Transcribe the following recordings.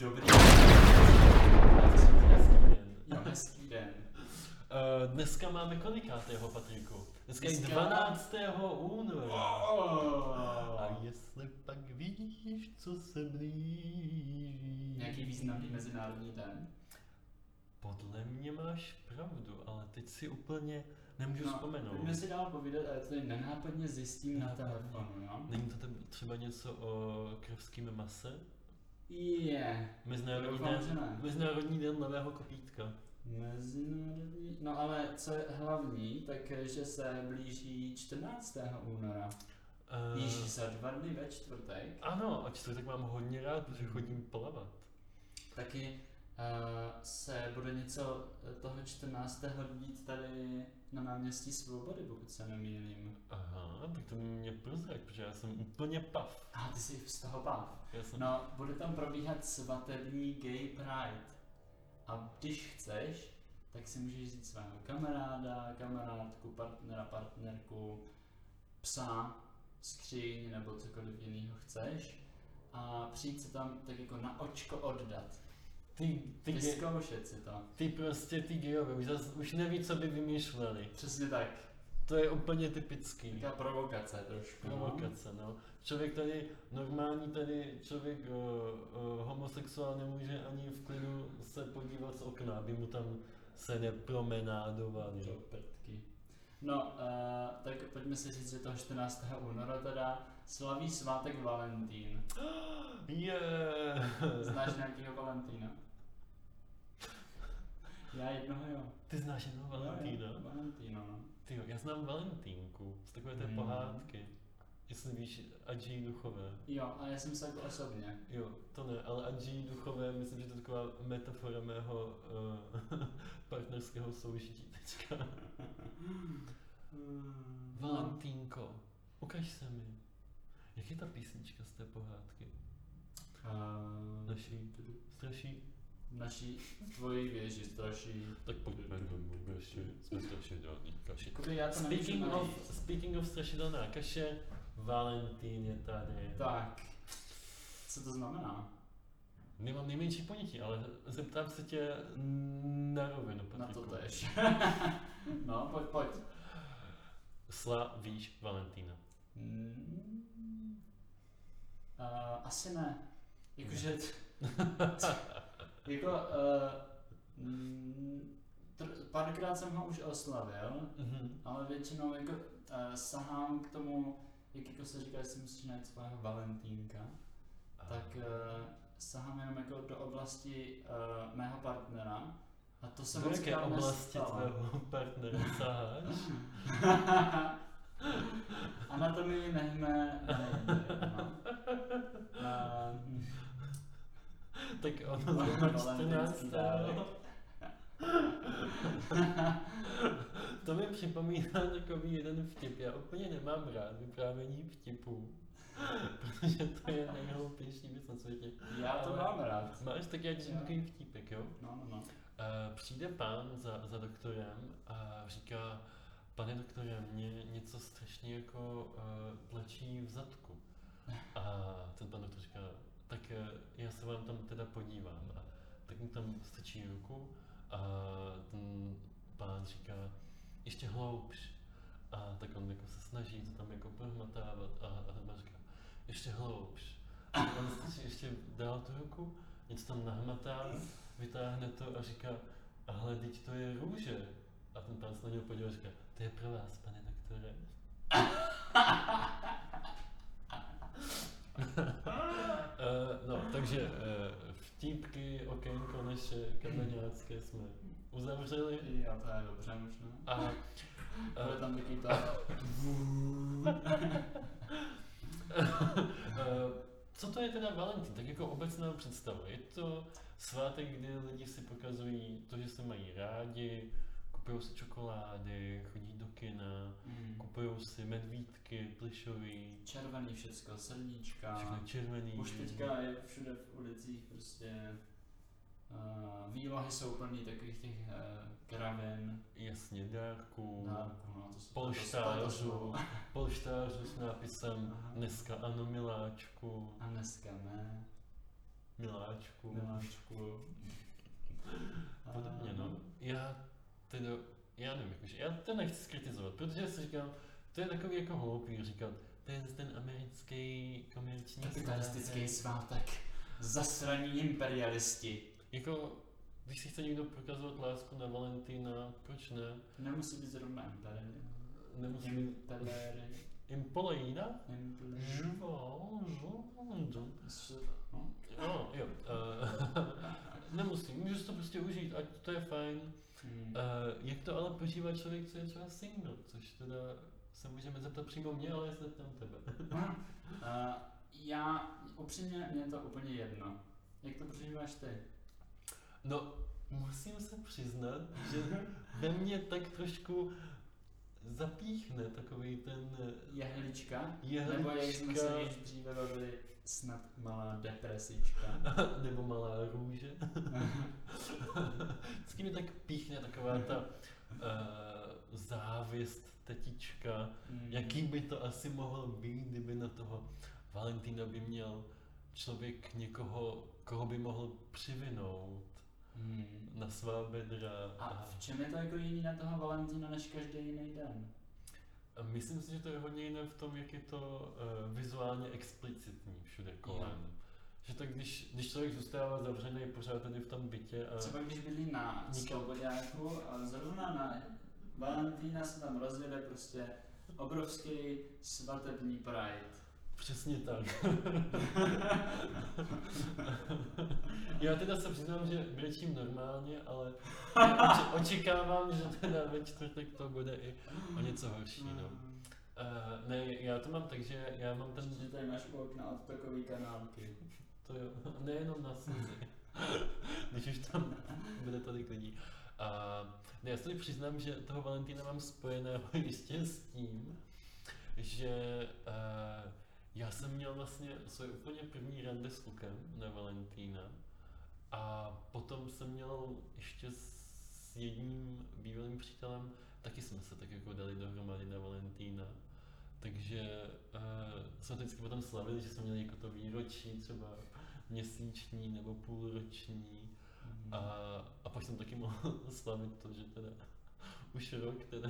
Dobrý den. Jo, hezký den. Dneska máme kolikátého, Patriku? Dneska je 12. února. A jestli pak víš, co se blíží. Nějaký významný mezinárodní den? Podle mě máš pravdu, ale teď si úplně nemůžu vzpomenout. Pojďme si dál povídat, ale to nenápadně zjistím na telefonu, jo? Není to třeba něco o krevském mase? Je. Mezinárodní den levého kopítka. Mezinárodní, no ale co je hlavní, tak že se blíží 14. února. Již za 2 dny ve čtvrtek. Ano, a čtvrtek mám hodně rád, protože chodím plavat. Taky se bude něco toho 14. dít tady na náměstí Svobody, pokud se nemýlím. Aha, tak to mě prozrať, protože já jsem úplně pav. A ty jsi z toho pav. No, bude tam probíhat svatební gay pride. A když chceš, tak si můžeš vzít svého kamaráda, kamarádku, partnera, partnerku, psa, skříň nebo cokoliv jiného chceš a přijít se tam tak jako na očko oddat. Vyzkoušet si to. Ty gejové, už neví, co by vymýšleli. Přesně tak. To je úplně typický. Taková provokace trošku. Provokace, no. Člověk tady, člověk homosexuál nemůže ani v klidu se podívat z okna, aby mu tam se nepromenádovali. Do prdky. No, tak pojďme si říct, že toho 14. února teda slaví svátek Valentín. Znáš nějakýho Valentína? Já jednoho jo. Ty znáš jednoho Valentína? Valentína, no. Tyjo, já znám Valentínku, z takové té pohádky. Jestli víš, Adží Duchové. Jo, a já jsem se jako osobně. Jo, to ne, ale Adží Duchové, myslím, že to je taková metafora mého partnerského soužití teďka. Valentínko, ukaž se mi. Jak je ta písnička z té pohádky? Naší tvojí věži straší. Tak pojďme domů, kaše, jsme strašidelní kaše. Speaking of strašidelná kaše, Valentín je tady. Tak, co to znamená? Nemám nejmenší ponětí, ale zeptám se tě na rovinu, Patriku. Na to tež. No, pojď. Slavíš Valentína? Asi ne. Jakože... párkrát jsem ho už oslavil, ale většinou jako sahám k tomu, jak jako se říká, že si musíš najít svého Valentínka, tak sahám jenom jako do oblasti mého partnera a to se moc krát nestalo. Do jaké oblasti tvého partnera saháš? A na to mi nechme tak ono má 14. To mi připomíná takový jeden vtip. Já úplně nemám rád vyprávění vtipů, protože to je nejhloupější věc na světě. Já to mám rád. Máš tak já takový vtipek, jo? No. Přijde pán za doktorem a říká: pane doktore, mě něco strašně jako tlačí v zadku. A ten pan doktor říká: tak já se vám tam teda podívám. A tak mu tam strčí ruku a ten pán říká: ještě hloubš. A tak on jako se snaží to tam jako prohmatávat a ten pán říká: ještě hloubš. A on strčí ještě dál tu ruku, něco tam nahmatá, vytáhne to a říká: ale teď to je růže. A ten pán se na něho podívá a říká: to je pro vás, pane doktore. No, takže vtípky, okénko naše kamenácké jsme uzavřeli. Jo, to je dobře možná. Bude tam taky to. Co to je teda Valentín? Tak jako obecná představa. Je to svátek, kdy lidi si pokazují to, že se mají rádi, kupují si čokolády, chodí do kina, kupují si medvídky, plišový. Červený všecko, srdíčka. Všechno červený. Už teďka je všude v ulicích prostě výlohy jsou plný takových těch kravin. Jasně, dárků, no, polštářů s nápisem dneska ano miláčku. A dneska ne. miláčku. Podobně, no. Já nevím, jakože, já to nechci skritizovat, protože si říkám, to je takový jako hloupý říkat, to je ten americký komerční kapitalistický svátek. Zasraní imperialisti. Jako, když si chce někdo prokazovat lásku na Valentína, proč ne? Nemusí být zrovna imperium. Nemusí být Impolina? Jo. Nemusí, můžeš to prostě užít, ať to je fajn. Jak to ale požívá člověk, co je třeba single, což teda se můžeme zeptat přímo mě, ale já se zeptám tebe. Já, upřímně, mě je to úplně jedno. Jak to prožíváš ty? No, musím se přiznat, že ve mně tak trošku zapíchne takový ten... Jehlička? Nebo jak jsme se již dříve bavili, snad malá depresička? Nebo malá růže? Vždycky mi tak píchne taková ta závěst tetička, jaký by to asi mohlo být, kdyby na toho Valentína by měl člověk někoho, koho by mohl přivinout na svá bedra. A v čem je to jako jiný na toho Valentína než každý jiný den? Myslím si, že to je hodně jiné v tom, jak je to vizuálně explicitní všude kolem. Že to když člověk zůstává zavřený pořád tady v tom bytě a... Třeba když byli na Svoboďáku a zrovna na Valentína se tam rozjede prostě obrovský svatební pride. Přesně tak. Já teda se přiznám, že brečím normálně, ale očekávám, že teda ve čtvrtek to bude i o něco horší. No. Ne, já to mám tak, že já mám ten... Že tady máš u okna odtokový kanálky. To jo, nejenom na slzy. Když už tam bude tolik lidí. Ne, já se tady přiznám, že toho Valentína mám spojeného jistě s tím, že já jsem měl vlastně svoje úplně první rande s Lukem na Valentína a potom jsem měl ještě s jedním bývalým přítelem, taky jsme se tak jako dali dohromady na Valentína. Takže jsme to vždycky potom slavili, že jsme měli jako to výročí, třeba měsíční nebo půlroční a pak jsem taky mohl slavit to, že teda už rok teda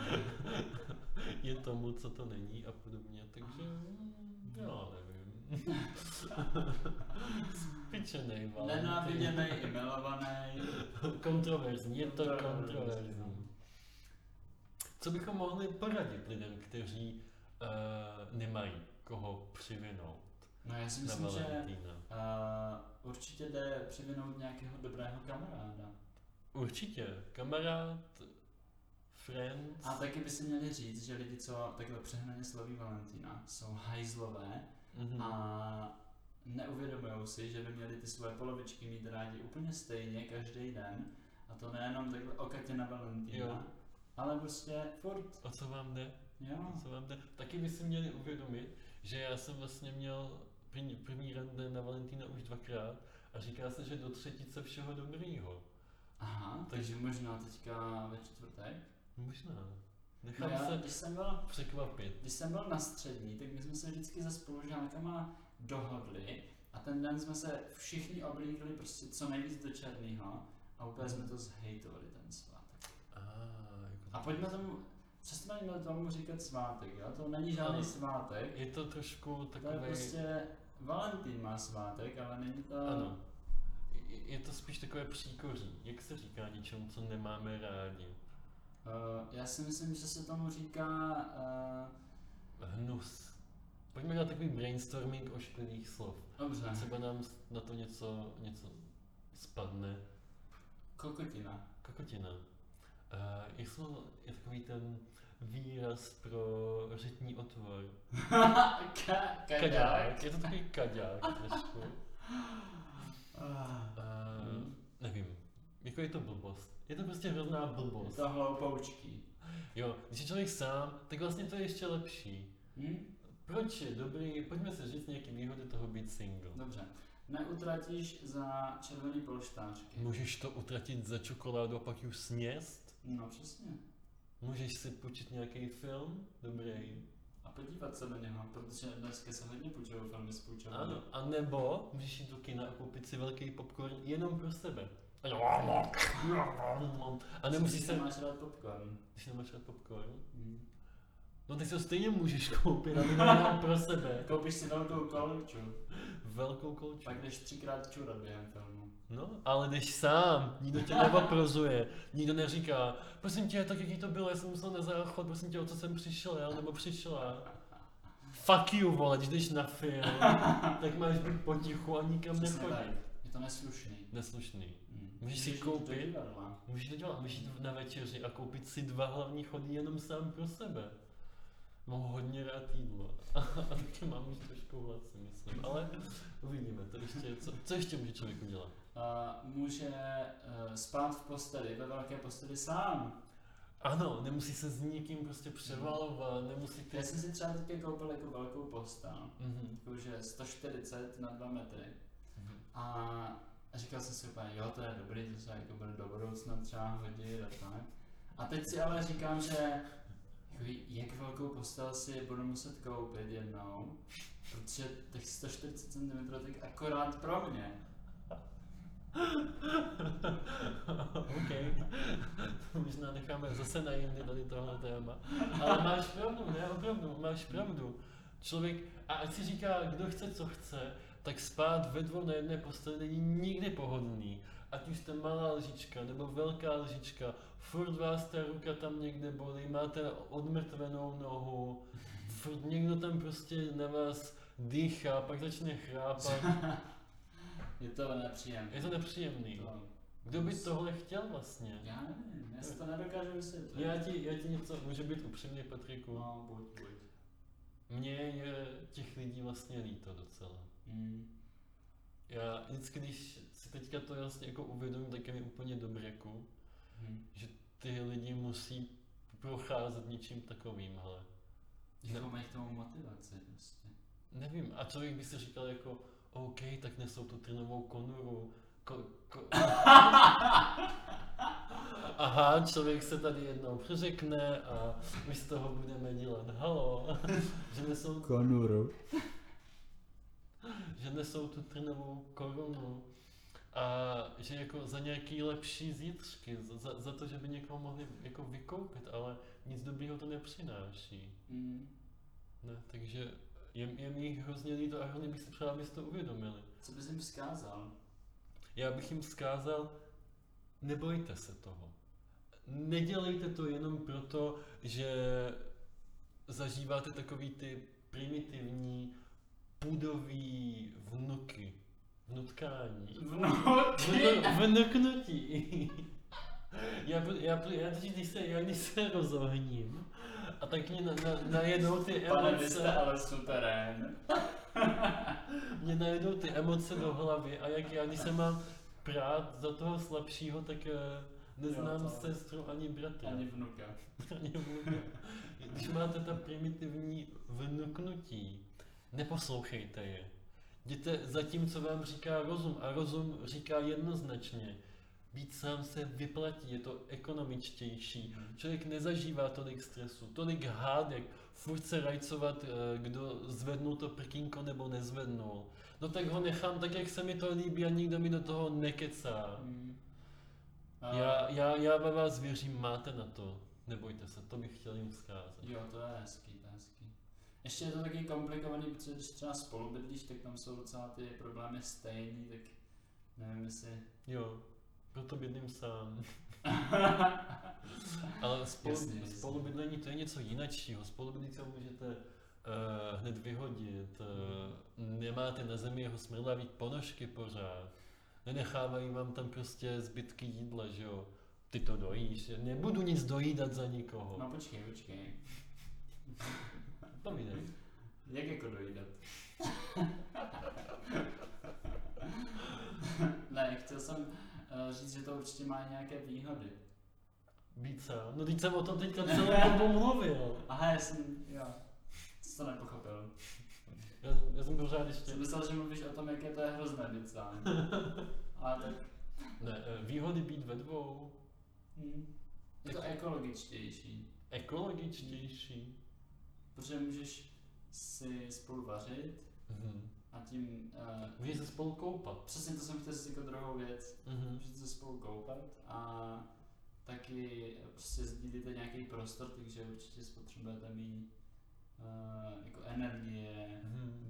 je tomu, co to není a podobně, takže já nevím. Spičenej Valentín. Nenáviděnej i milovaný. Kontroverzní, je to kontroverzní. Co bychom mohli poradit lidem, kteří nemají koho přivinout? No já si myslím, že určitě jde přivinout nějakého dobrého kamaráda. Určitě, kamarád, friends. A taky by si měli říct, že lidi, co takhle přehnaně slaví Valentína, jsou hajzlové a neuvědomují si, že by měli ty svoje polovičky mít rádi úplně stejně každý den. A to nejenom takhle okatě na Valentína, ale prostě furt. O co vám jde? Jo. Co vám jde? Taky by si měli uvědomit, že já jsem vlastně měl první rande na Valentína už 2krát a říká se, že do třetice všeho dobrýho. Aha, takže možná teďka ve čtvrtek? Možná. Nechám se překvapit. Když jsem byl na střední, tak my jsme se vždycky se spolužákama dohodli a ten den jsme se všichni oblíkli prostě co nejvíc do černýho a úplně jsme to zhejtovali ten svátek. A pojďme tomu, přestaňme tomu říkat svátek, jo? To není žádný svátek. Je to trošku takový... To je prostě, Valentín má svátek, ale není to... Ano. Je to spíš takové příkoří. Jak se říká něčemu, co nemáme rádi? Já si myslím, že se tomu říká... Hnus. Pojďme na takový brainstorming ošklivých slov. Dobře. Třeba nám na to něco spadne. Kokotina. Je takový ten výraz pro řitní otvor. Kaďák. Je to takový kaďák trošku. Nevím. Jako je to blbost. Je to prostě hrozná blbost. Je to hloupoučký. Jo, když je člověk sám, tak vlastně to je ještě lepší. Proč je dobrý? Pojďme si říct nějaké výhody toho být single. Dobře. Neutratíš za červený polštářky. Můžeš to utratit za čokoládu a pak ji už sněst? No přesně. Můžeš si počít nějaký film? Dobrý. a podívat se na něho, protože dneska se hodně půjčují filmy s půjčováním. Ano, a nebo můžeš jít do kina a koupit si velký popcorn jenom pro sebe. A nemusíš se... Máš rád popcorn. Když nemáš rád popcorn? No tak si ho stejně můžeš koupit, aby to jenom pro sebe. Koupíš si velkou kolču. Velkou kolču. Pak jdeš 3krát čurat během filmu. No, ale jdeš sám, nikdo tě neoprozuje, nikdo neříká, prosím tě, tak jaký to bylo, já jsem musel na záchod, prosím tě, o co jsem přišel, já, nebo přišla. Fuck you, vole, když jdeš na film, tak máš být potichu a nikam nechodit. Je to neslušný. Neslušný. Můžeš si koupit, můžeš to dělat, můžeš jít na večeři a koupit si 2 hlavní chody jenom sám pro sebe. Mám hodně rád jídlo a taky mám už trošku hlad, si myslím, ale uvidíme, to ještě, co ještě může člověk udělat? Může spát v posteli, ve velké posteli sám. Ano, nemusí se s nikým prostě převalovat, nemusí ty... Já jsem si třeba teďka koupil jako velkou postel, jakože 140 na 2 metry. A říkal jsem si úplně, jo, to je dobrý, to se jako bude do budoucna třeba hodit a tak. A teď si ale říkám, že jak velkou postel si budu muset koupit jednou, protože těch 140 cm je akorát pro mě. OK, možná necháme zase na jindy tady tohle téma. Ale máš pravdu, ne, opravdu, máš pravdu. Člověk, a ať si říká, kdo chce, co chce, tak spát ve 2 na jedné posteli není nikdy pohodlný. Ať už jste malá lžička nebo velká lžička, furt vás ta ruka tam někde bolí, máte odmrtvenou nohu, furt někdo tam prostě na vás dýchá, pak začne chrápat. Je to nepříjemný. Je to nepříjemný. Kdo by tohle chtěl vlastně? Já nevím, já si to nedokážu vysvětlit. Já ti něco, může být upřímně, Patriku. No, buď. Mně je těch lidí vlastně líto docela. Já vždycky, když si teďka to vlastně jako uvědomím, tak je mi úplně dobréku, že ty lidi musí procházet něčím takovým, hele. Jako mají k tomu motivaci prostě. Nevím, a člověk by si říkal jako, OK, tak nesou tu trinovou konuru. Aha, člověk se tady jednou přeřekne a my z toho budeme dělat halo, že nesou konuru. Že nesou tu trnovou korunu a že jako za nějaký lepší zítřky, za to, že by někoho mohli jako vykoupit, ale nic dobrýho to nepřináší. Ne, takže je mi jich hrozně líto a hrozně bych si přál, abyste to uvědomili. Co bys jim vzkázal? Já bych jim vzkázal, nebojte se toho. Nedělejte to jenom proto, že zažíváte takový ty primitivní půdový vnutkání. Vnuknutí. Když se rozohním a tak mě najednou ty emoce... Pane, vy jste ale suterén. Mě najednou ty emoce do hlavy a jak já, když se mám prát za toho slabšího, tak neznám sestru ani bratra. Ani vnuka. Když máte ta primitivní vnuknutí, neposlouchejte je. Jděte za tím, co vám říká rozum a rozum říká jednoznačně. Být sám se vyplatí, je to ekonomičtější. Člověk nezažívá tolik stresu, tolik hádek, furt se rajcovat, kdo zvednul to prkínko nebo nezvednul. No tak ho nechám tak, jak se mi to líbí a nikdo mi do toho nekecá. Já ve vás věřím, máte na to. Nebojte se, to bych chtěl jim vzkázat. Jo, to je hezký, to je hezký. Ještě je to taky komplikovaný, protože když třeba spolu bydlíš, tak tam jsou docela ty problémy stejný, tak nevím jestli... Jo, proto bydlím sám. Ale spolubydlení to je něco jiného. Spolubydlící můžete hned vyhodit, nemáte na zemi jeho smrdlavý ponožky pořád, nenechávají vám tam prostě zbytky jídla, že jo. Ty to dojíš, nebudu nic dojídat za nikoho. No počkej. Povídej. Jak jako dojídat? Ne, chtěl jsem říct, že to určitě má nějaké výhody. Být sám? No teď jsem o tom teďka celou dobu mluvil. Aha, jo. Jsi to nepochopil. Já jsem pořád ještě... Jsem myslel, že mluvíš o tom, jak je to hrozné být sám. Ale tak... Ne, výhody být ve 2. Je to ekologičtější. Ekologičtější? protože můžeš si spolu vařit a tím... Můžeš se spolu koupat. Přesně to jsem chtěl říct jako druhou věc. Můžete se spolu koupat a taky prostě sdílíte nějaký prostor, takže určitě spotřebujete méně jako energie,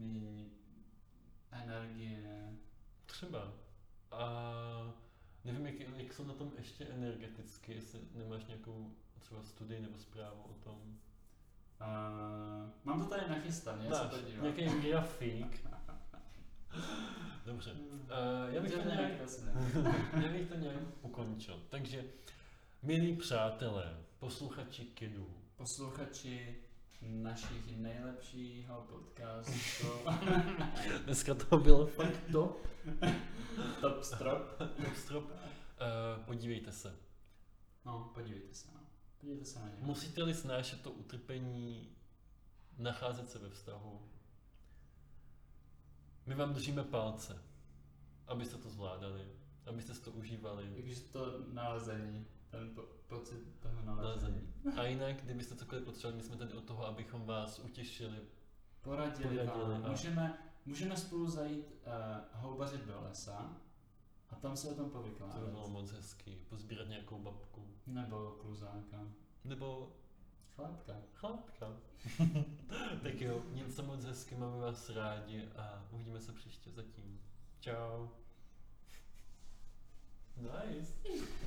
Třeba. A nevím, jak jsou na tom ještě energeticky, jestli nemáš nějakou třeba studii nebo zprávu o tom. Mám to tady nachystané, já se podívám. Nějaký grafík. Dobře. Já bych to nějak ukončil. Takže, milí přátelé, posluchači KIDů. Posluchači našich nejlepšího podcastu. Dneska to bylo fakt top. Top strop. Top strop. Podívejte se. No, podívejte se na ně. Musíte-li snášet to utrpení, nacházet se ve vztahu, my vám držíme palce, abyste to zvládali, abyste si to užívali. Takže to nalezení, ten pocit toho nalezení. A jinak, kdybyste cokoliv potřebovali, my jsme tady od toho, abychom vás utěšili. Poradili vám. Můžeme spolu zajít houbařit do lesa a tam se o tom povykládat. To by bylo moc hezký. Pozbírat nějakou babku. Nebo kluzáka. Nebo chlápka. Tak jo, něco moc hezky, máme vás rádi a uvidíme se příště zatím. Čau. Nice.